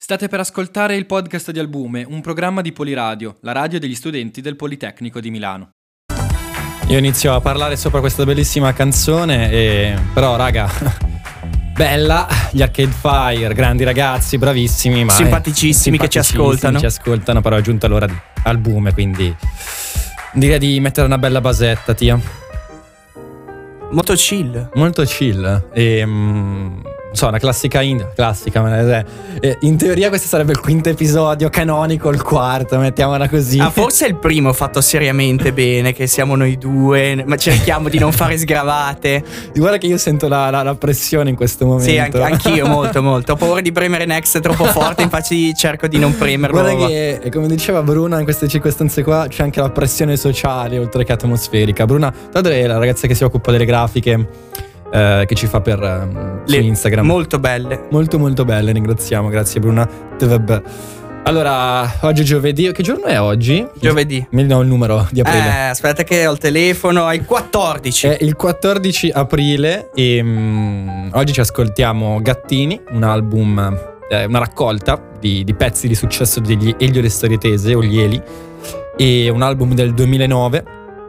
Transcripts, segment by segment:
State per ascoltare il podcast di Albume, un programma di Poliradio, la radio degli studenti del Politecnico di Milano. Io inizio a parlare sopra questa bellissima canzone però raga, bella, gli Arcade Fire, grandi ragazzi, bravissimi, ma simpaticissimi che ci ascoltano. Però è giunta l'ora di Albume, quindi direi di mettere una bella basetta, Tia. Molto chill. Molto chill una classica in teoria questo sarebbe il quinto episodio canonico, il quarto, mettiamola così. Forse è il primo fatto seriamente bene, che siamo noi due, ma cerchiamo di non fare sgravate. Guarda che io sento la pressione in questo momento. Sì, anch'io molto. Ho paura di premere next troppo forte, infatti cerco di non premerlo. Guarda che, come diceva Bruna, in queste circostanze qua c'è anche la pressione sociale oltre che atmosferica. Bruna, è la ragazza che si occupa delle grafiche, che ci fa su Instagram. Molto belle. Molto belle, ringraziamo, grazie Bruna. Allora, oggi è giovedì. Che giorno è oggi? Giovedì. Mi do il numero di aprile. Aspetta che ho il telefono, è il 14. È il 14 aprile e oggi ci ascoltiamo Gattini, un album, una raccolta di pezzi di successo degli Elio e le storie tese, o gli Eli, e un album del 2009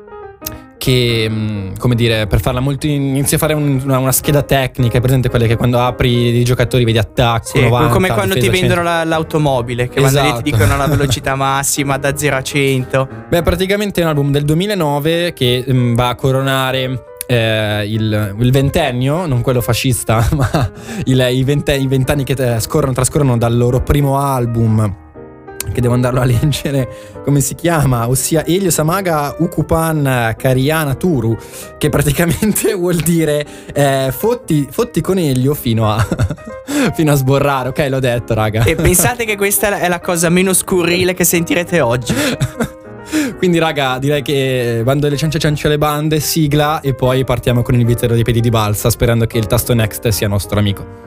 che, come dire, per farla molto, inizia a fare una scheda tecnica, è presente quelle che quando apri i giocatori vedi attacco, sì, 90, come quando difesa, ti vendono l'automobile, che esatto, quando ti dicono la velocità massima da 0 a 100. Beh, praticamente è un album del 2009 che va a coronare il ventennio, non quello fascista, ma i vent'anni che trascorrono dal loro primo album, che devo andarlo a leggere come si chiama, ossia Elio Samaga Ukupan Kariana Turu, che praticamente vuol dire fotti con Elio fino a sborrare. Ok, l'ho detto, raga. E pensate che questa è la cosa meno scurrile che sentirete oggi. Quindi raga, direi che bando le ciance alle bande, sigla, e poi partiamo con il vitero dei piedi di balsa, sperando che il tasto next sia nostro amico.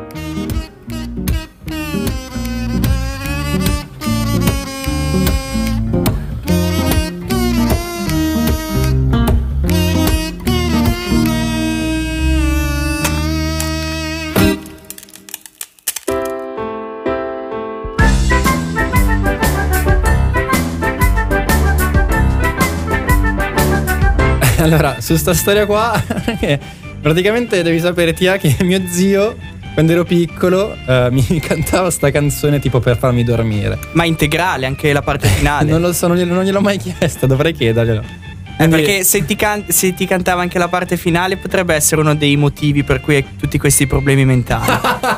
Allora, su sta storia qua, praticamente devi sapere, Tia, che mio zio, quando ero piccolo, mi cantava sta canzone tipo per farmi dormire. Ma integrale, anche la parte finale? Non lo so, non gliel'ho mai chiesto, dovrei chiederglielo. Perché se ti cantava anche la parte finale potrebbe essere uno dei motivi per cui hai tutti questi problemi mentali.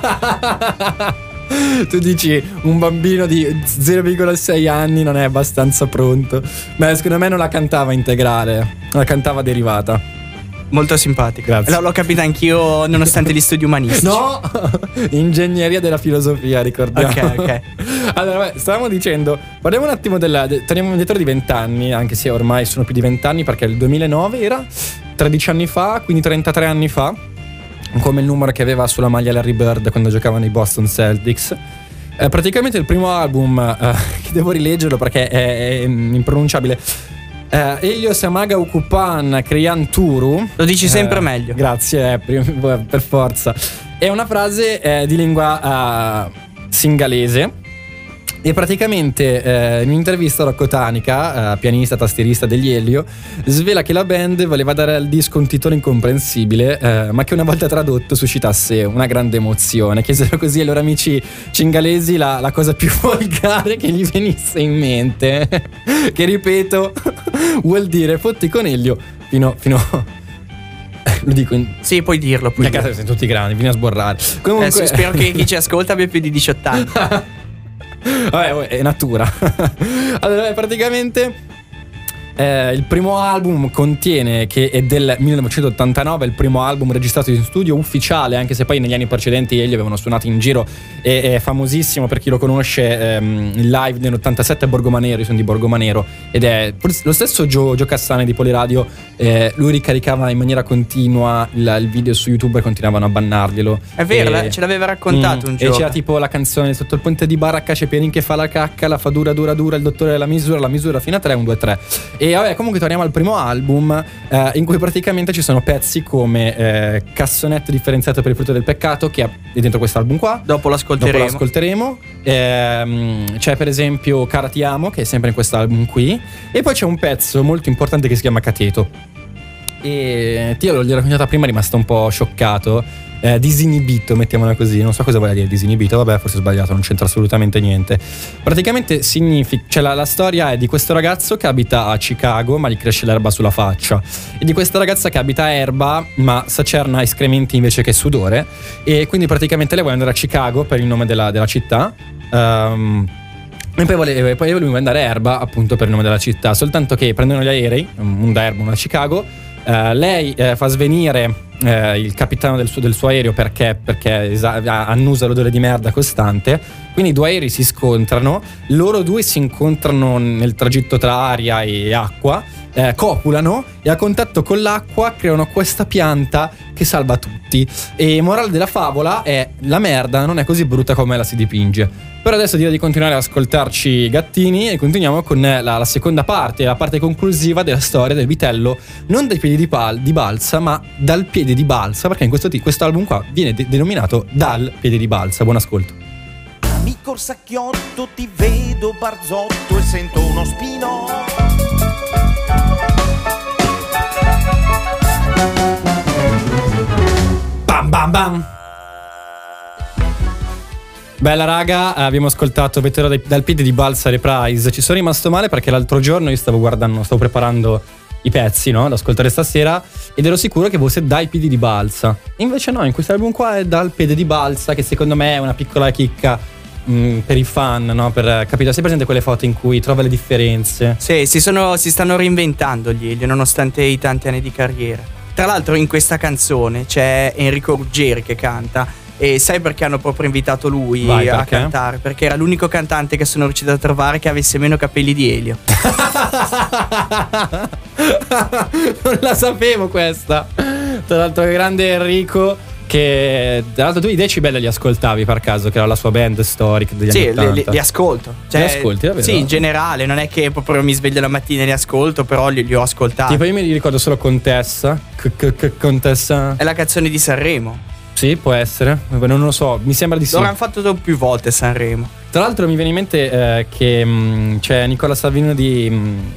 Tu dici un bambino di 0,6 anni non è abbastanza pronto. Beh, secondo me non la cantava integrale, la cantava derivata. Molto simpatica. Grazie. L'ho capita anch'io nonostante gli studi umanistici. No, ingegneria della filosofia, ricordiamo. Ok. Allora, stavamo dicendo, parliamo un attimo torniamo indietro di 20 anni, anche se ormai sono più di 20 anni, perché il 2009 era 13 anni fa, quindi 33 anni fa, come il numero che aveva sulla maglia Larry Bird quando giocavano i Boston Celtics. Praticamente il primo album, che devo rileggerlo perché è impronunciabile, Elio Samaga Ukupan Kariana Turu. Lo dici sempre meglio. Grazie, per forza. È una frase di lingua singalese. E praticamente in un'intervista Rocco Tanica, pianista, tastierista degli Elio, svela che la band voleva dare al disco un titolo incomprensibile, ma che una volta tradotto suscitasse una grande emozione. Chiesero così ai loro amici cingalesi la cosa più volgare che gli venisse in mente, che ripeto vuol dire fotti con Elio fino lo dico sì, puoi dirlo. Siamo tutti grandi, fino a sborrare. Comunque spero che chi ci ascolta abbia più di 18 anni. Vabbè, è natura. Allora, praticamente il primo album contiene, che è del 1989, il primo album registrato in studio ufficiale, anche se poi negli anni precedenti egli avevano suonato in giro. È famosissimo per chi lo conosce, il live nell'87 a Borgomanero. Io sono di Borgomanero ed è lo stesso Gio Cassane di Poliradio. Lui ricaricava in maniera continua il video su YouTube e continuavano a bannarglielo. È vero, ce l'aveva raccontato un giorno. E c'era tipo la canzone sotto il ponte di Baracca, c'è Pierin che fa la cacca, la fa dura, il dottore la misura fino a 3, 1, 2, 3. E vabbè, comunque torniamo al primo album, in cui praticamente ci sono pezzi come Cassonetto differenziato per il frutto del peccato, che è dentro questo album qua. Dopo l'ascolteremo. C'è per esempio Cara ti amo, che è sempre in questo album qui. E poi c'è un pezzo molto importante che si chiama Cateto. E io l'ho raccontata prima, è rimasto un po' scioccato. Disinibito, mettiamola così, non so cosa voglia dire disinibito, vabbè, forse ho sbagliato, non c'entra assolutamente niente. Praticamente significa, cioè la storia è di questo ragazzo che abita a Chicago ma gli cresce l'erba sulla faccia, e di questa ragazza che abita a Erba ma sacerna escrementi invece che sudore, e quindi praticamente lei vuole andare a Chicago per il nome della città, e poi lui vuole andare a Erba appunto per il nome della città, soltanto che prendono gli aerei, un da Erba, uno da Chicago. Lei fa svenire il capitano del suo aereo perché annusa l'odore di merda costante. Quindi i due aerei si scontrano, loro due si incontrano nel tragitto tra aria e acqua, copulano e a contatto con l'acqua creano questa pianta che salva tutti. E morale della favola è: la merda non è così brutta come la si dipinge. Per adesso direi di continuare ad ascoltarci gattini, e continuiamo con la seconda parte, la parte conclusiva della storia del vitello, non dai piedi di balsa, ma dal piede di balsa, perché in questo album qua viene denominato Dal piede di balsa. Buon ascolto. Amico Orsacchiotto, ti vedo barzotto e sento uno spino. Bam bam bam. Bella raga, abbiamo ascoltato Vetero dal piede di balsa Reprise. Ci sono rimasto male perché l'altro giorno io stavo preparando i pezzi, no, da ascoltare stasera, ed ero sicuro che fosse Dai piedi di balsa. Invece no, in questo album qua è Dal piede di balsa, che secondo me è una piccola chicca per i fan, no? Per capire, sei presente quelle foto in cui trova le differenze? Sì, si stanno reinventando gli Elio, nonostante i tanti anni di carriera. Tra l'altro in questa canzone c'è Enrico Ruggeri che canta. E sai perché hanno proprio invitato lui a cantare? Perché era l'unico cantante che sono riuscito a trovare che avesse meno capelli di Elio. Non la sapevo questa. Tra l'altro grande Enrico, che tra l'altro tu i Decibel li ascoltavi per caso, che era la sua band storica degli anni 80? Li ascolto. Li ascolti davvero? Sì, in generale, non è che proprio mi sveglio la mattina e li ascolto, però li ho ascoltati. Tipo io mi ricordo solo Contessa. Contessa. È la canzone di Sanremo. Sì, può essere, non lo so, mi sembra di sì. Lo hanno fatto più volte Sanremo. Tra l'altro mi viene in mente che c'è Nicola Savino di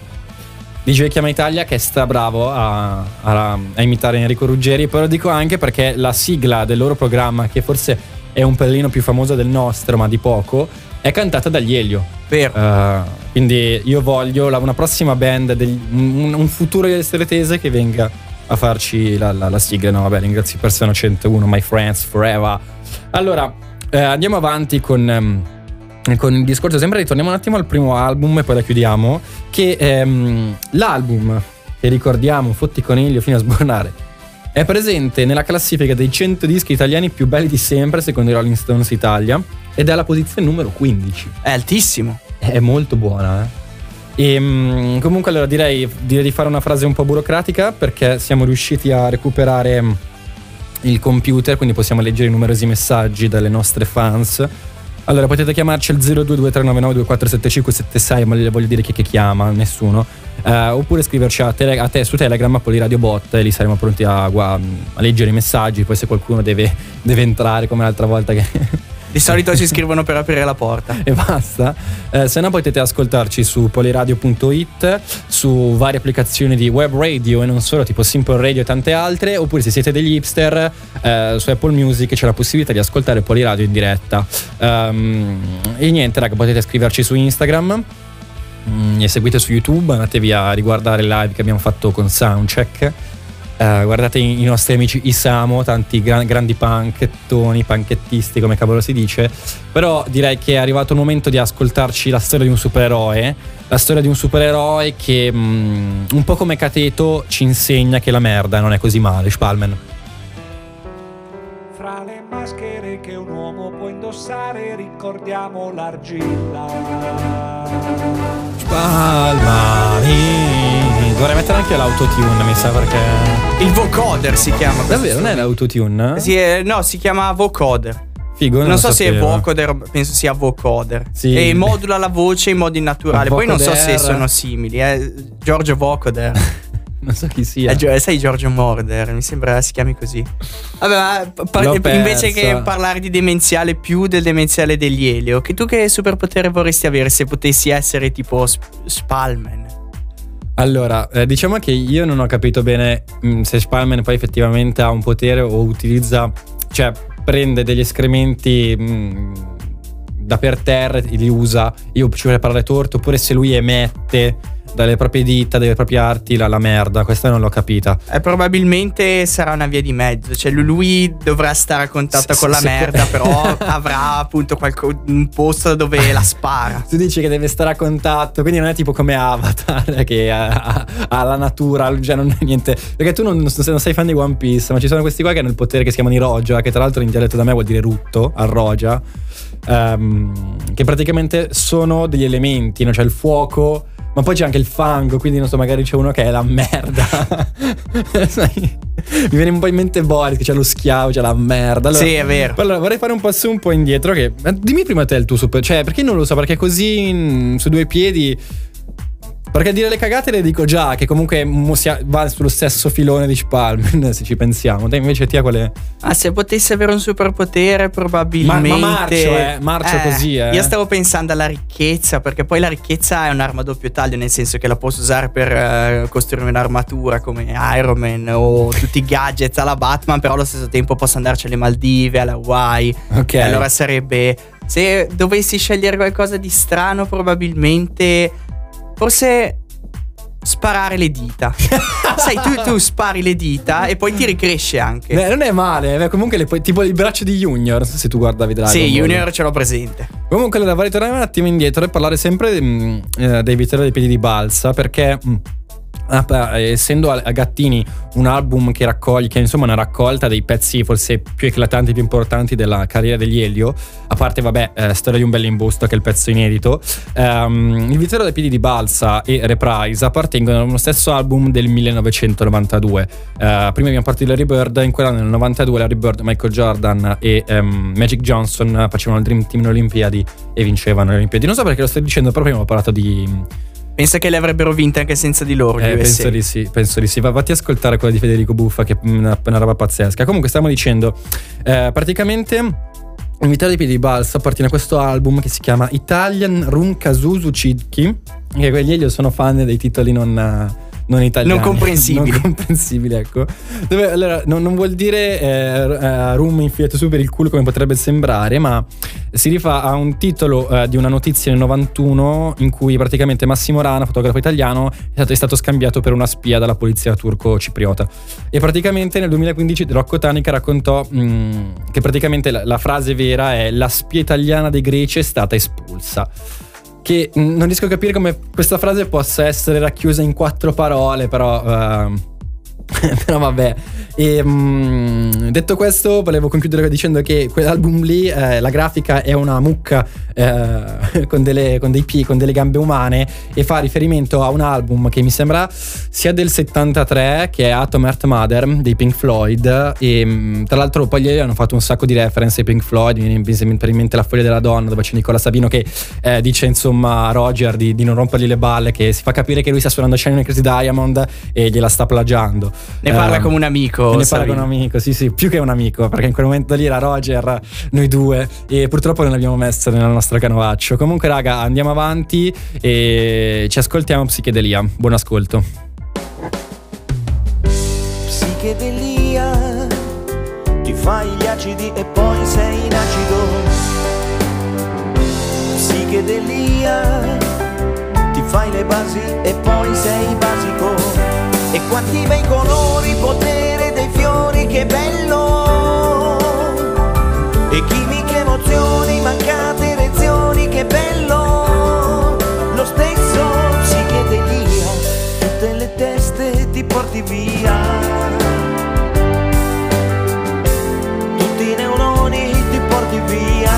Gioia Chiama Italia, che è bravo a imitare Enrico Ruggeri. Però lo dico anche perché la sigla del loro programma, che forse è un pelino più famosa del nostro, ma di poco, è cantata dagli Elio. Vero. Quindi io voglio una prossima band, un futuro delle Stelle Tese che venga a farci la sigla. No, vabbè, ringrazio Persona 101, My Friends Forever. Allora, andiamo avanti con il discorso. Sempre ritorniamo un attimo al primo album e poi la chiudiamo. Che l'album che ricordiamo, Fotti Coniglio fino a sbornare, è presente nella classifica dei 100 dischi italiani più belli di sempre, secondo i Rolling Stones Italia, ed è alla posizione numero 15. È altissimo. È molto buona, E comunque allora direi di fare una frase un po' burocratica, perché siamo riusciti a recuperare il computer, quindi possiamo leggere i numerosi messaggi dalle nostre fans. Allora potete chiamarci al 022399247576, ma voglio dire chi che chiama, nessuno, oppure scriverci a te su Telegram a Poliradio Bot, e lì saremo pronti a leggere i messaggi. Poi se qualcuno deve entrare come l'altra volta che di solito si iscrivono per aprire la porta e basta. Se no potete ascoltarci su poliradio.it, su varie applicazioni di web radio e non solo, tipo Simple Radio e tante altre. Oppure se siete degli hipster, su Apple Music c'è la possibilità di ascoltare Poliradio in diretta. E niente raga, potete scriverci su Instagram, e seguite su YouTube, andatevi a riguardare le live che abbiamo fatto con Soundcheck. Guardate i nostri amici Isamo, tanti grandi panchettisti, come cavolo si dice. Però direi che è arrivato il momento di ascoltarci la storia di un supereroe. La storia di un supereroe che un po' come Cateto ci insegna che la merda non è così male. Spalman. Fra le maschere che un uomo può indossare ricordiamo l'argilla. Spalmani. Dovrei mettere anche l'autotune, mi sa, perché il vocoder si chiama. Davvero? Non è l'autotune? Sì, no, si chiama vocoder. Figo, non so se è vocoder, penso sia vocoder. Sì. E modula la voce in modi naturali. Poi non so se sono simili. Giorgio Vocoder. Non so chi sia. Sai Giorgio Morder, mi sembra si chiami così. Vabbè, invece che parlare di demenziale, più del demenziale degli Elio, tu che superpotere vorresti avere se potessi essere tipo Spalman? Allora, diciamo che io non ho capito bene se Spalman poi effettivamente ha un potere o utilizza, cioè prende degli escrementi da per terra e li usa, io ci vorrei parlare torto, oppure se lui emette dalle proprie dita, dalle proprie arti la merda. Questa non l'ho capita. Probabilmente sarà una via di mezzo. Cioè lui dovrà stare a contatto con la merda, però avrà appunto un posto dove la spara. Tu dici che deve stare a contatto, quindi non è tipo come Avatar che ha la natura, cioè non è niente. Perché tu non sei fan di One Piece, ma ci sono questi qua che hanno il potere che si chiamano i Roja, che tra l'altro in dialetto da me vuol dire rutto, al Roja, che praticamente sono degli elementi, no? Cioè il fuoco, ma poi c'è anche il fango, quindi non so, magari c'è uno che è la merda. Mi viene un po' in mente Boris, che c'è lo schiavo, c'è la merda. Allora, sì, è vero. Allora vorrei fare un passo un po' indietro. Dimmi prima te il tuo super, cioè perché non lo so, perché così su due piedi. Perché dire le cagate le dico già, che comunque va sullo stesso filone di Spalman, se ci pensiamo. Te invece ti ha quelle. Se potessi avere un superpotere, probabilmente. Ma marcio così. Io stavo pensando alla ricchezza, perché poi la ricchezza è un'arma a doppio taglio, nel senso che la posso usare per costruire un'armatura come Iron Man o tutti i gadget alla Batman, però allo stesso tempo posso andarci alle Maldive, alle Hawaii. Ok. Allora sarebbe, se dovessi scegliere qualcosa di strano, probabilmente forse sparare le dita. Sai, tu spari le dita e poi ti ricresce anche. Non è male. Comunque tipo il braccio di Junior, se tu guardavi Dragon Ball. Sì, Junior ce l'ho presente. Comunque allora vorrei tornare un attimo indietro e parlare sempre dei Vittorio dei Piedi di Balsa, perché essendo a Gattini un album che raccoglie, che insomma è una raccolta dei pezzi forse più eclatanti, più importanti della carriera degli Elio, a parte Storia di un bell'imbusto, che è il pezzo inedito, il Vittorio dei Piedi di Balsa e Reprise appartengono a uno stesso album del 1992. Prima abbiamo partito di Larry Bird, in quell'anno nel 92 Larry Bird, Michael Jordan e Magic Johnson facevano il Dream Team in Olimpiadi e vincevano le Olimpiadi. Non so perché lo sto dicendo, però prima ho parlato di... Pensa che le avrebbero vinte anche senza di loro? Penso di sì. Vatti a ascoltare quella di Federico Buffa, che è una roba pazzesca. Comunque stiamo dicendo, praticamente il Vittorio dei Piedi di Balsa appartiene a questo album che si chiama Italian Rum Kazuzu Chidki, che quelli Elio sono fan dei titoli non italiani, non comprensibili, ecco. Dove, allora, non vuol dire rum infilato su per il culo come potrebbe sembrare, ma si rifà a un titolo di una notizia nel 91 in cui praticamente Massimo Rana, fotografo italiano, è stato scambiato per una spia dalla polizia turco-cipriota. E praticamente nel 2015 Rocco Tanica raccontò che praticamente la frase vera è: la spia italiana dei greci è stata espulsa. Che non riesco a capire come questa frase possa essere racchiusa in 4 parole, però vabbè. E detto questo, volevo concludere dicendo che quell'album lì, la grafica è una mucca con dei piedi, con delle gambe umane, e fa riferimento a un album che mi sembra sia del 73, che è Atom Earth Mother dei Pink Floyd. E tra l'altro poi gli hanno fatto un sacco di reference ai Pink Floyd. Mi viene in mente La foglia della donna, dove c'è Nicola Sabino che dice insomma a Roger di non rompergli le balle, che si fa capire che lui sta suonando Shining Crazy Diamond e gliela sta plagiando. Ne parla come un amico. Ne parla come un amico, sì, più che un amico, perché in quel momento lì era Roger, noi due, e purtroppo non l'abbiamo messa nella nostra canovaccio. Comunque raga, andiamo avanti e ci ascoltiamo Psichedelia. Buon ascolto. Psichedelia, ti fai gli acidi e poi sei in acido. Psichedelia, ti fai le basi e poi sei basico. E quanti bei colori, potere dei fiori, che bello. E chimiche, emozioni, mancate lezioni, che bello. Lo stesso psichedelia, tutte le teste ti porti via. Tutti i neuroni ti porti via.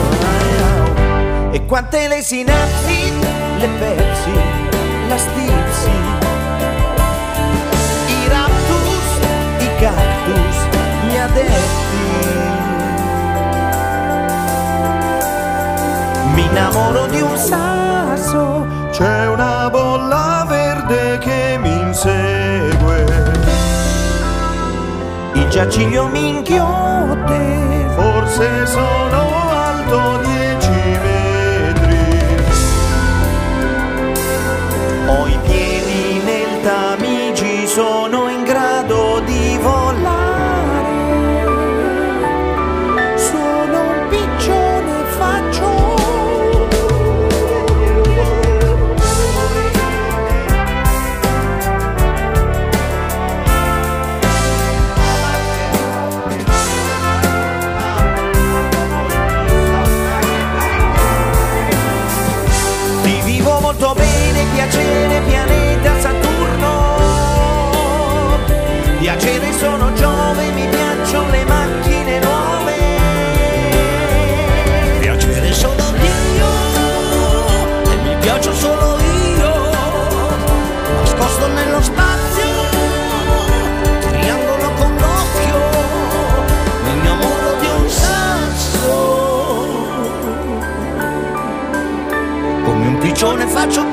E quante le sinapsi, le persi, la stipsi. Cactus, gli adepti. innamoro di un sasso, c'è una bolla verde che mi insegue, il giaciglio mi inchiotte, forse sono alto 10 metri, ho i piedi nel Tamigi, sono in grado di volare, sono un piccione, faccio ti vivo molto bene, piacere pianeta Saturno, piacere sono Giove, mi piacciono le macchine nuove, piacere sono Dio e mi piaccio solo io, nascosto nello spazio, triangolo con l'occhio, mi innamoro di un sasso, come un piccione faccio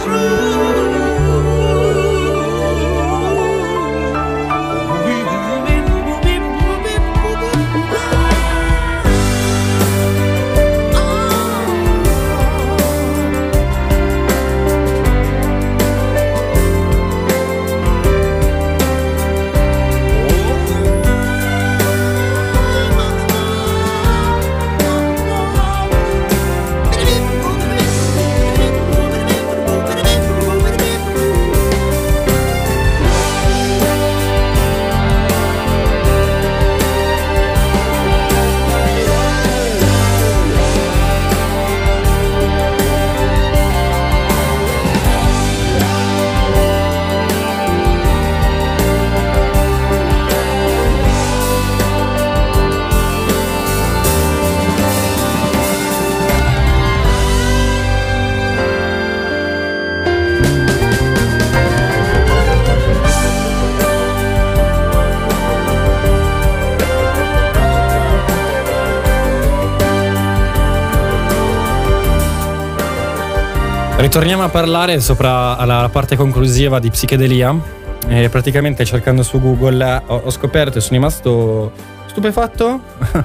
Ritorniamo a parlare sopra alla parte conclusiva di Psichedelia. E praticamente cercando su Google ho scoperto e sono rimasto stupefatto.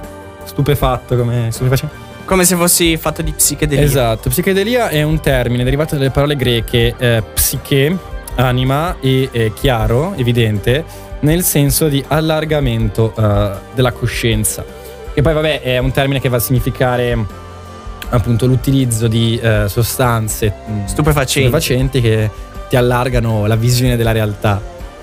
Stupefatto come stupefacente. Come se fossi fatto di psichedelia. Esatto, psichedelia è un termine derivato dalle parole greche psiche, anima e chiaro, evidente, nel senso di allargamento della coscienza. Che poi vabbè è un termine che va a significare appunto l'utilizzo di sostanze stupefacenti che ti allargano la visione della realtà,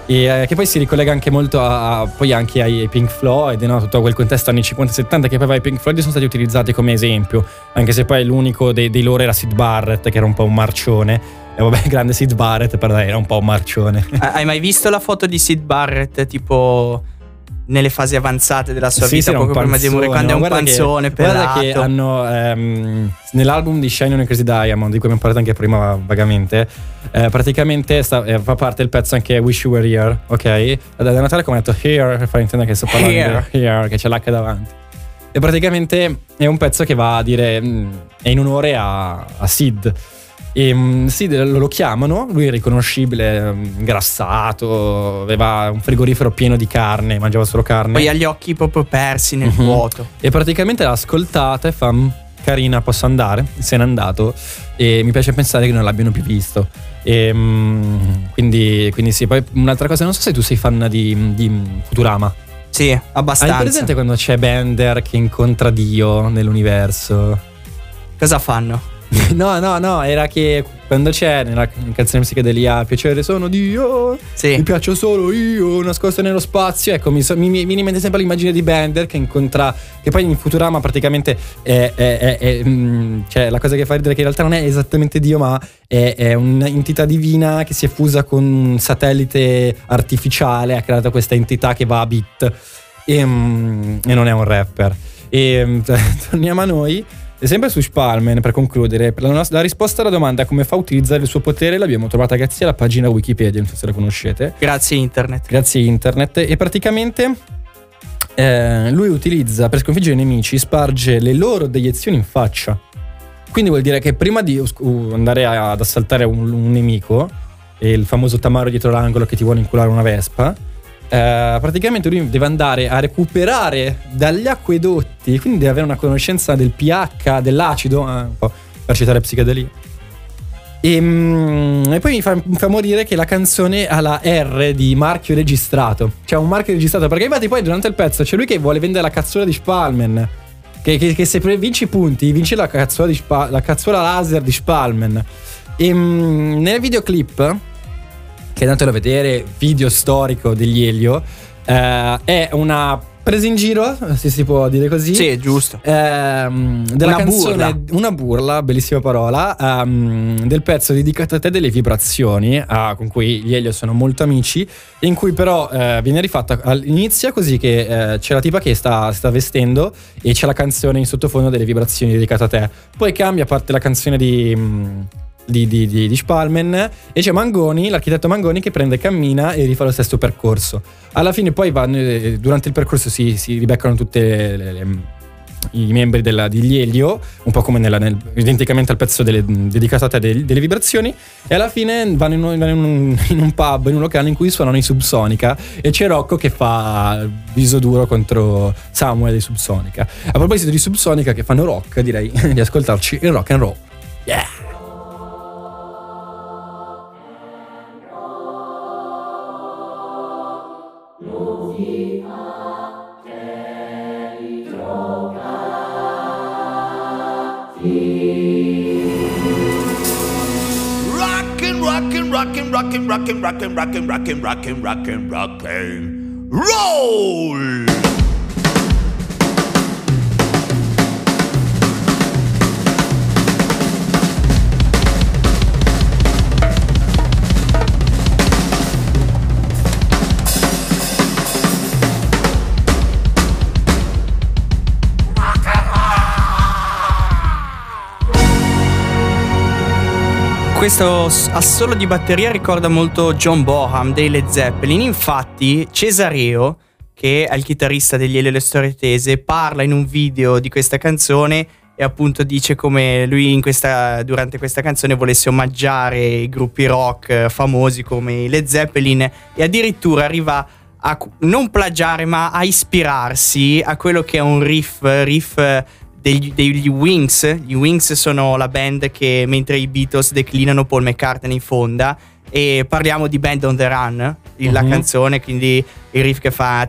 e che poi si ricollega anche molto poi anche ai Pink Floyd, no? Tutto quel contesto anni 50-70 che poi i Pink Floyd sono stati utilizzati come esempio, anche se poi l'unico dei loro era Syd Barrett, che era un po' un marcione. E vabbè, grande Syd Barrett, però dai, era un po' un marcione. Hai mai visto la foto di Syd Barrett tipo nelle fasi avanzate della sua vita, poco prima di morire, quando è un panzone pelato? Guarda che hanno nell'album di Shine on a Crazy Diamond, di cui abbiamo parlato anche prima vagamente, praticamente fa parte il pezzo anche Wish You Were Here, ok? Da Natale come ho detto here, per far intendere che sto parlando here, che c'è l'H davanti. E praticamente è un pezzo che va a dire è in onore a Sid. E Sid lo chiamano, lui è riconoscibile, ingrassato, aveva un frigorifero pieno di carne, mangiava solo carne. Poi ha gli occhi proprio persi nel vuoto. E praticamente l'ha ascoltata e fa carina, posso andare? Se n'è andato. E mi piace pensare che non l'abbiano più visto. E quindi sì. Poi un'altra cosa, non so se tu sei fan di Futurama. Sì, abbastanza. Hai presente quando c'è Bender che incontra Dio nell'universo? Cosa fanno? No, era che quando c'è nella canzone Psichedelia piacere sono Dio, sì, mi piaccio solo io, nascosto nello spazio. Ecco, mi viene in mente sempre l'immagine di Bender che incontra, che poi in Futurama praticamente cioè la cosa che fa ridere è che in realtà non è esattamente Dio, ma è un'entità divina che si è fusa con un satellite artificiale, ha creato questa entità che va a bit e non è un rapper. E torniamo a noi. E sempre su Spalmen, per concludere, la risposta alla domanda come fa a utilizzare il suo potere l'abbiamo trovata grazie alla pagina Wikipedia, non so se la conoscete. Grazie internet. E praticamente lui utilizza, per sconfiggere i nemici, sparge le loro deiezioni in faccia. Quindi vuol dire che prima di andare ad assaltare un nemico, e il famoso tamaro dietro l'angolo che ti vuole inculare una vespa, praticamente lui deve andare a recuperare dagli acquedotti, quindi deve avere una conoscenza del pH, dell'acido, un po' per citare psichedelia. E poi mi fa morire che la canzone ha la R di marchio registrato, cioè un marchio registrato, perché infatti poi durante il pezzo c'è lui che vuole vendere la cazzola di Spalman, che se vinci i punti vinci la cazzola laser di Spalman. E nel videoclip, che andatelo a vedere, video storico degli Elio, è una presa in giro, se si può dire così. Sì, giusto. Della una canzone, burla. una burla, bellissima parola, del pezzo dedicato a te delle vibrazioni, con cui gli Elio sono molto amici, in cui però viene rifatta, inizia così che c'è la tipa che sta vestendo e c'è la canzone in sottofondo delle vibrazioni dedicate a te. Poi cambia, a parte la canzone di Spalman, e c'è Mangoni, l'architetto Mangoni, che prende, cammina e rifà lo stesso percorso. Alla fine poi durante il percorso si ribeccano tutte i membri di Elio, un po' come identicamente al pezzo dedicato a te delle vibrazioni, e alla fine vanno in un pub, in un locale in cui suonano i Subsonica, e c'è Rocco che fa viso duro contro Samuel di Subsonica. A proposito di Subsonica che fanno rock, direi di ascoltarci il rock and roll. Yeah! Rockin', roll! Questo assolo di batteria ricorda molto John Bonham dei Led Zeppelin. Infatti Cesareo, che è il chitarrista degli Elio e le Storie Tese, parla in un video di questa canzone e appunto dice come lui durante questa canzone volesse omaggiare i gruppi rock famosi come i Led Zeppelin, e addirittura arriva a non plagiare ma a ispirarsi a quello che è un riff degli Wings. Gli Wings sono la band che, mentre i Beatles declinano, Paul McCartney fonda, e parliamo di Band on the Run, la canzone, quindi il riff che fa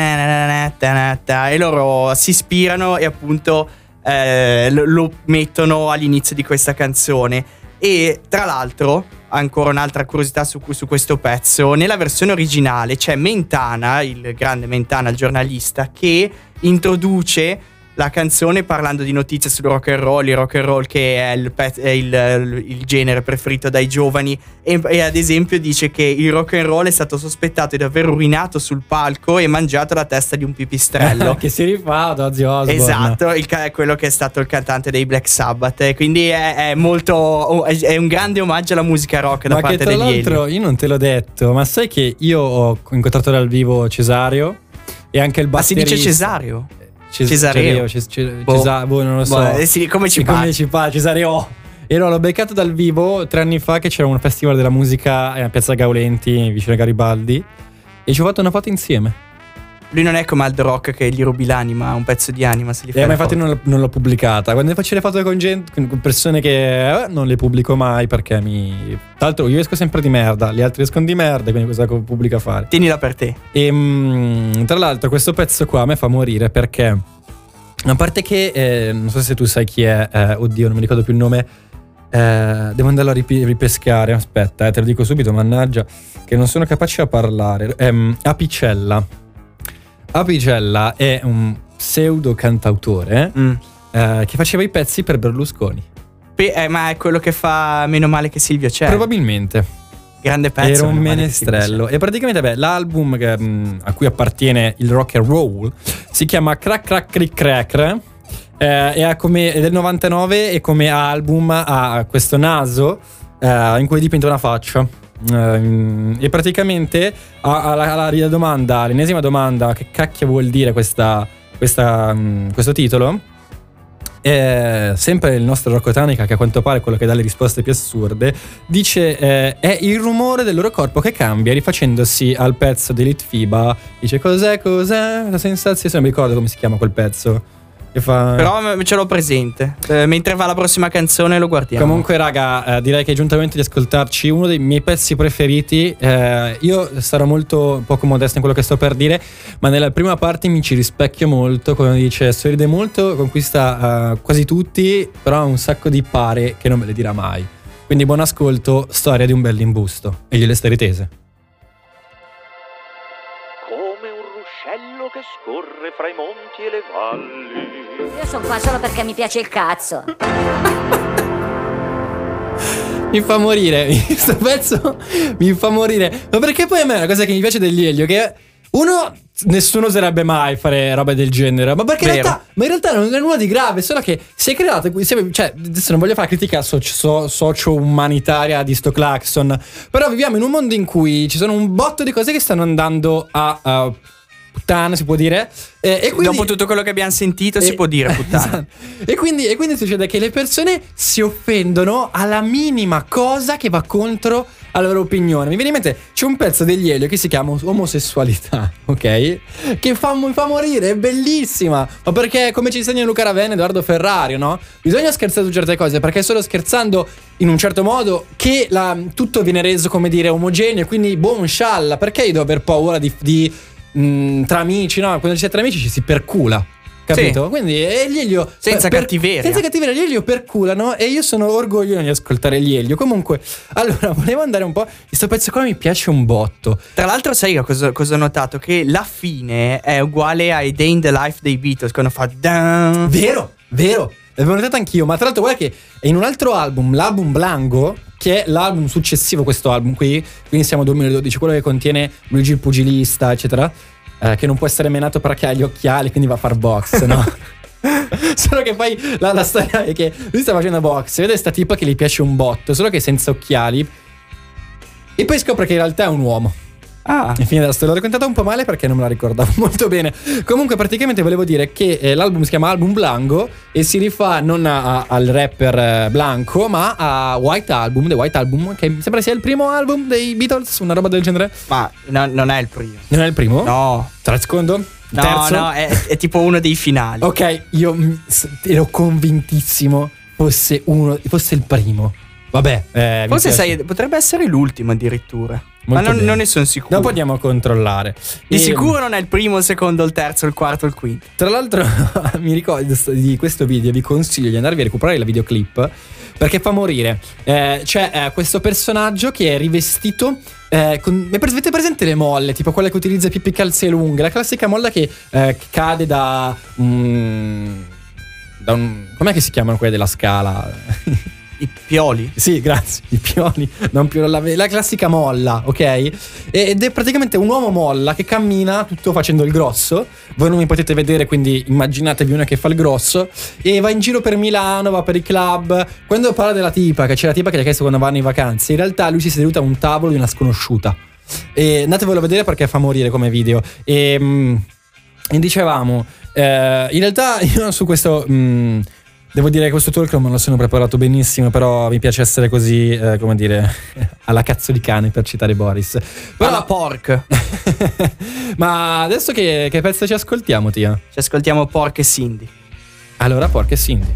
e loro si ispirano e appunto lo mettono all'inizio di questa canzone. E tra l'altro, ancora un'altra curiosità su questo pezzo, nella versione originale c'è Mentana, il grande Mentana, il giornalista, che introduce la canzone parlando di notizie sul rock and roll, il rock and roll che è il genere preferito dai giovani, e ad esempio dice che il rock and roll è stato sospettato di aver urinato sul palco e mangiato la testa di un pipistrello. Che si rifà ad Ozzy Osbourne. Esatto, quello che è stato il cantante dei Black Sabbath, quindi è un grande omaggio alla musica rock da parte degli Elio. Ma che tra l'altro io non te l'ho detto, ma sai che io ho incontrato dal vivo Cesareo e anche il batterista. Ma si dice Cesareo? Cesareo, non lo so. Sì, come ci fa? Cesareo. E l'ho beccato dal vivo 3 anni fa, che c'era un festival della musica a Piazza Gaulenti vicino a Garibaldi, e ci ho fatto una foto insieme. Lui non è come Aldo Rock che gli rubi l'anima, un pezzo di anima se li fa. Ma infatti non l'ho pubblicata. Quando faccio le foto con persone che non le pubblico mai, perché tra l'altro io esco sempre di merda, gli altri escono di merda, quindi cosa pubblica a fare? Tienila per te. E tra l'altro questo pezzo qua a me fa morire, perché a parte che non so se tu sai chi è, oddio non mi ricordo più il nome, devo andarlo a ripescare, aspetta, te lo dico subito, mannaggia che non sono capace a parlare. Apicella è un pseudo cantautore che faceva i pezzi per Berlusconi. Ma è quello che fa Meno male che Silvio c'è. Probabilmente. Grande pezzo. Era un menestrello. E praticamente l'album a cui appartiene il rock and roll si chiama Crack Crack Crick Crack, è del 99, e come album ha questo naso in cui dipinto una faccia. E praticamente l'ennesima domanda, che cacchio vuol dire questo titolo, sempre il nostro Rocco Tanica, che a quanto pare è quello che dà le risposte più assurde, dice è il rumore del loro corpo che cambia rifacendosi al pezzo di Litfiba. Dice cos'è la sensazione, non mi ricordo come si chiama quel pezzo che fa... Però ce l'ho presente, mentre va la prossima canzone lo guardiamo. Comunque raga, direi che è giunto il momento di ascoltarci uno dei miei pezzi preferiti. Io sarò molto poco modesto in quello che sto per dire, ma nella prima parte mi ci rispecchio molto. Come dice, sorride molto, conquista quasi tutti, però ha un sacco di pare che non me le dirà mai. Quindi buon ascolto, Storia di un bell'imbusto. E gliele stai tese. Come un ruscello che scorre fra i monti e le valli. Io sono qua solo perché mi piace il cazzo. Mi fa morire, questo pezzo mi fa morire. Ma perché poi a me è una cosa che mi piace degli Elio, che uno, nessuno oserebbe mai fare roba del genere. Ma perché in realtà non è nulla di grave, solo che si è creato, cioè adesso non voglio fare critica socio-umanitaria di sto clacson, però viviamo in un mondo in cui ci sono un botto di cose che stanno andando a puttana, si può dire, e quindi, dopo tutto quello che abbiamo sentito si può dire puttana. Esatto. e quindi succede che le persone si offendono alla minima cosa che va contro la loro opinione. Mi viene in mente, c'è un pezzo degli Elio che si chiama Omosessualità, ok? Che fa morire, è bellissima. Ma perché, come ci insegna Luca Ravenna e Edoardo Ferrario, no? Bisogna scherzare su certe cose, perché è solo scherzando in un certo modo che tutto viene reso, come dire, omogeneo. Quindi buon scialla. Perché io devo aver paura di tra amici, no? Quando si è tra amici ci si percula, capito? Sì. Quindi gli Elio senza cattiveria, gli Elio perculano, e io sono orgoglioso di ascoltare gli Elio. Comunque, allora volevo andare un po'. Questo pezzo qua mi piace un botto. Tra l'altro, sai cosa ho notato? Che la fine è uguale ai Day in the Life dei Beatles, quando fa down. Vero, l'avevo notato anch'io. Ma tra l'altro guarda che è in un altro album, l'album Blanco, che è l'album successivo a questo album qui, quindi siamo 2012, quello che contiene Luigi il pugilista, eccetera, che non può essere menato perché ha gli occhiali, quindi va a far box, no? Solo che poi la storia è che lui sta facendo box, vede sta tipa che gli piace un botto, solo che senza occhiali, e poi scopre che in realtà è un uomo. E fine della storia. L'ho raccontata un po' male perché non me la ricordavo molto bene. Comunque praticamente volevo dire che l'album si chiama Album Blanco e si rifà non al rapper Blanco, ma a White Album, The White Album, che mi sembra sia il primo album dei Beatles, una roba del genere. Ma non è il primo. Non è il primo? No. Tra il secondo? Terzo? No, è tipo uno dei finali. Ok, io ero convintissimo fosse il primo. Vabbè, forse sai, potrebbe essere l'ultimo addirittura. Molto ma non ne sono sicuro. Dopo andiamo a controllare. Di sicuro non è il primo, il secondo, il terzo, il quarto, il quinto. Tra l'altro mi ricordo di questo video, vi consiglio di andarvi a recuperare la videoclip, perché fa morire. C'è questo personaggio che è rivestito avete presente le molle, tipo quella che utilizza Pippi calze lunghe, la classica molla che cade da un com'è che si chiamano quelle della Scala? I pioli? Sì, grazie, i pioli. Non più la classica molla, ok? Ed è praticamente un uomo molla che cammina tutto facendo il grosso. Voi non mi potete vedere, quindi immaginatevi uno che fa il grosso. E va in giro per Milano, va per i club. Quando parla della tipa, che c'è la tipa che gli ha chiesto quando vanno in vacanze, in realtà lui si è seduto a un tavolo di una sconosciuta. E andatevelo a vedere perché fa morire come video. E dicevamo, in realtà io su questo... devo dire che questo talk non me lo sono preparato benissimo, però mi piace essere così, come dire, alla cazzo di cane, per citare Boris. Però alla pork. Ma adesso che pezzo ci ascoltiamo, Tia? Ci ascoltiamo Pork e Cindy. Allora, Pork e Cindy.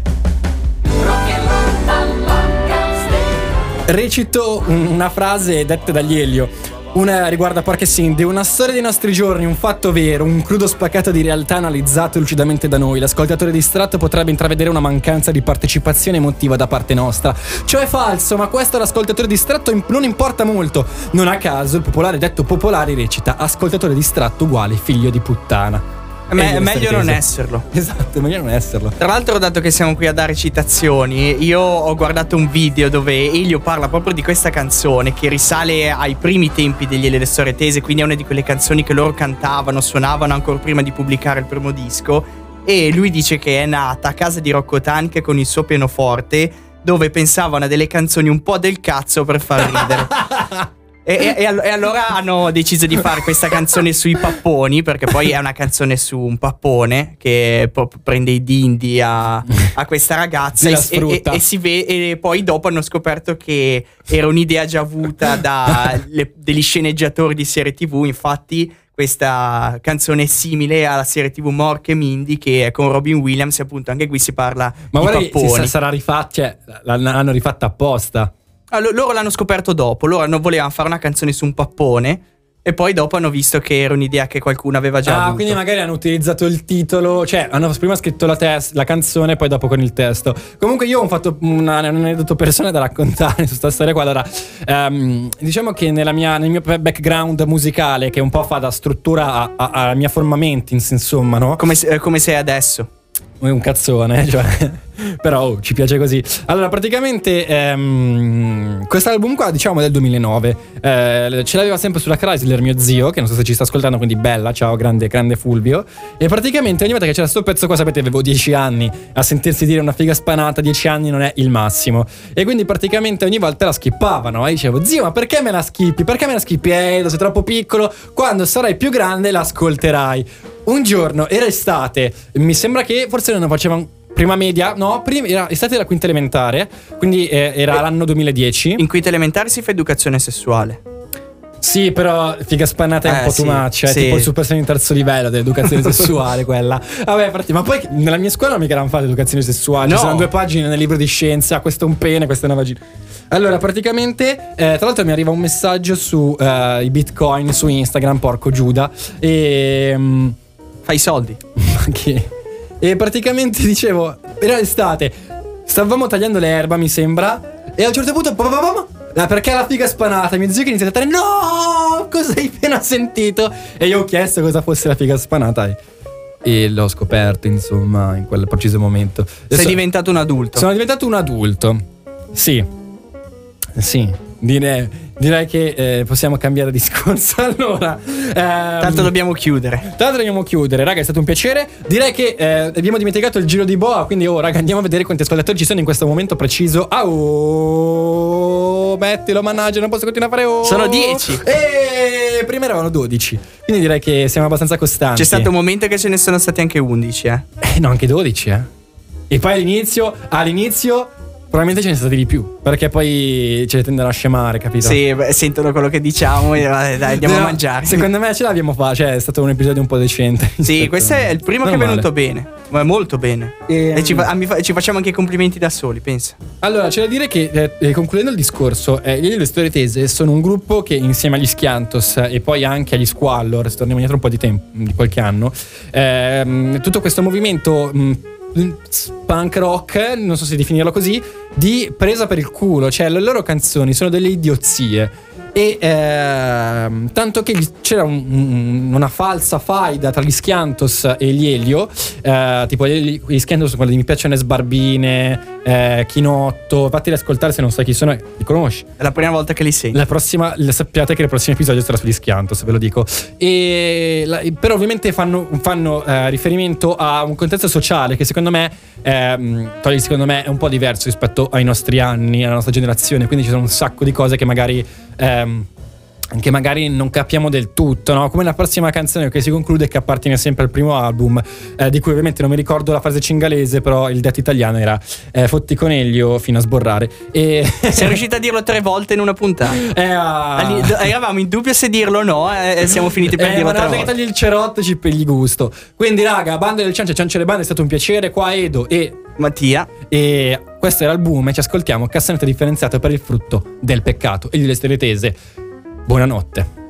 Recito una frase detta dagli Elio. Una riguarda Pork e Cindy, una storia dei nostri giorni, un fatto vero, un crudo spaccato di realtà analizzato lucidamente da noi. L'ascoltatore distratto potrebbe intravedere una mancanza di partecipazione emotiva da parte nostra. Ciò è falso, ma questo all'ascoltatore distratto non importa molto. Non a caso il popolare detto popolare recita: ascoltatore distratto uguale figlio di puttana. È meglio non esserlo. Esatto, è meglio non esserlo. Tra l'altro, dato che siamo qui a dare citazioni, io ho guardato un video dove Elio parla proprio di questa canzone, che risale ai primi tempi degli Elio e le Storie Tese, quindi è una di quelle canzoni che loro cantavano, suonavano ancora prima di pubblicare il primo disco. E lui dice che è nata a casa di Rocco Tanica con il suo pianoforte, dove pensavano a delle canzoni un po' del cazzo per far ridere. E allora hanno deciso di fare questa canzone sui papponi, perché poi è una canzone su un pappone che prende i dindi a questa ragazza e si vede, e poi dopo hanno scoperto che era un'idea già avuta degli sceneggiatori di serie TV. Infatti questa canzone è simile alla serie TV Mork e Mindy, che è con Robin Williams, e appunto anche qui si parla di papponi. Ma sarà rifatta, cioè l'hanno rifatta apposta. Loro l'hanno scoperto dopo. Loro volevano fare una canzone su un pappone e poi dopo hanno visto che era un'idea che qualcuno aveva già avuto. Quindi magari hanno utilizzato il titolo, cioè hanno prima scritto la canzone e poi dopo con il testo. Comunque io ho fatto un aneddoto personale da raccontare su questa storia qua. Allora, diciamo che nel mio background musicale, che un po' fa da struttura alla mia forma mentis, insomma, no? Come sei adesso? Un cazzone, cioè. Però ci piace così. Allora, praticamente quest'album qua, diciamo, del 2009, ce l'aveva sempre sulla Chrysler mio zio, che non so se ci sta ascoltando, quindi bella, ciao, grande Fulvio. E praticamente ogni volta che c'era sto pezzo qua, sapete, avevo 10 anni, a sentirsi dire una figa spanata, 10 anni non è il massimo. E quindi praticamente ogni volta la skippavano. E dicevo: zio, ma perché me la skippi? Perché me la skippi? Sei troppo piccolo, quando sarai più grande l'ascolterai. Un giorno, era estate, mi sembra che forse non facevano prima media, no, era estate della quinta elementare, quindi era l'anno 2010. In quinta elementare si fa educazione sessuale. Sì, però figa spannata è un po' too much, è tipo il Super Saiyan di terzo livello dell'educazione sessuale quella. Vabbè, ma poi nella mia scuola non mica erano fatte educazione sessuale, ci sono 2 pagine nel libro di scienza, questo è un pene, questa è una vagina. Allora, praticamente, tra l'altro mi arriva un messaggio su i Bitcoin su Instagram, porco Giuda, e fai soldi. E praticamente dicevo, era l'estate, stavamo tagliando l'erba, mi sembra, e a un certo punto perché la figa spanata, mio zio che inizia a dire: no, cosa hai appena sentito? E io ho chiesto cosa fosse la figa spanata e l'ho scoperto, insomma, in quel preciso momento. Sei diventato un adulto. Sono diventato un adulto. Sì, direi che possiamo cambiare discorso. Allora, tanto dobbiamo chiudere. Raga, è stato un piacere. Direi che abbiamo dimenticato il giro di boa, quindi raga, andiamo a vedere quanti ascoltatori ci sono in questo momento preciso. Mettilo, mannaggia, non posso continuare a fare. Sono 10. E prima eravamo 12. Quindi direi che siamo abbastanza costanti. C'è stato un momento che ce ne sono stati anche 11, no, anche 12, E poi all'inizio probabilmente ce ne sono stati di più, perché poi ce le tendono a scemare, capito? Sì, sentono quello che diciamo e dai, andiamo a mangiare. Secondo me ce l'abbiamo fatta, cioè è stato un episodio un po' decente. Sì, questo è il primo che è venuto bene, ma molto bene. E ci facciamo anche i complimenti da soli, pensa. Allora, c'è da dire che, concludendo il discorso, le Storie Tese sono un gruppo che insieme agli Schiantos e poi anche agli Squallor, se torniamo indietro un po' di tempo, di qualche anno, tutto questo movimento punk rock, non so se definirlo così, di presa per il culo, cioè le loro canzoni sono delle idiozie. E tanto che c'era una falsa faida tra gli Schiantos e gli Elio, tipo gli Schiantos sono quelli di Mi piacciono le sbarbine, Chinotto. Fatti ascoltare, se non sai chi sono, li conosci. È la prima volta che li senti. Sappiate che il prossimo episodio sarà sugli Schiantos, ve lo dico. Però ovviamente fanno riferimento a un contesto sociale che secondo me è un po' diverso rispetto ai nostri anni, alla nostra generazione. Quindi ci sono un sacco di cose che magari non capiamo del tutto, no? Come la prossima canzone che si conclude, che appartiene sempre al primo album, di cui ovviamente non mi ricordo la frase cingalese, però il detto italiano era fotti coniglio fino a sborrare. E sei riuscito a dirlo 3 volte in una puntata. Eravamo in dubbio se dirlo o no, siamo finiti per dirlo 3 volte. Che tagli il cerotto, ci pegli gusto. Quindi raga, Bande del Ciance le Bande, è stato un piacere. Qua Edo e Mattia, e questo era l'album e ci ascoltiamo Cassonetto differenziato per il frutto del peccato e gli Storie Tese. Buonanotte.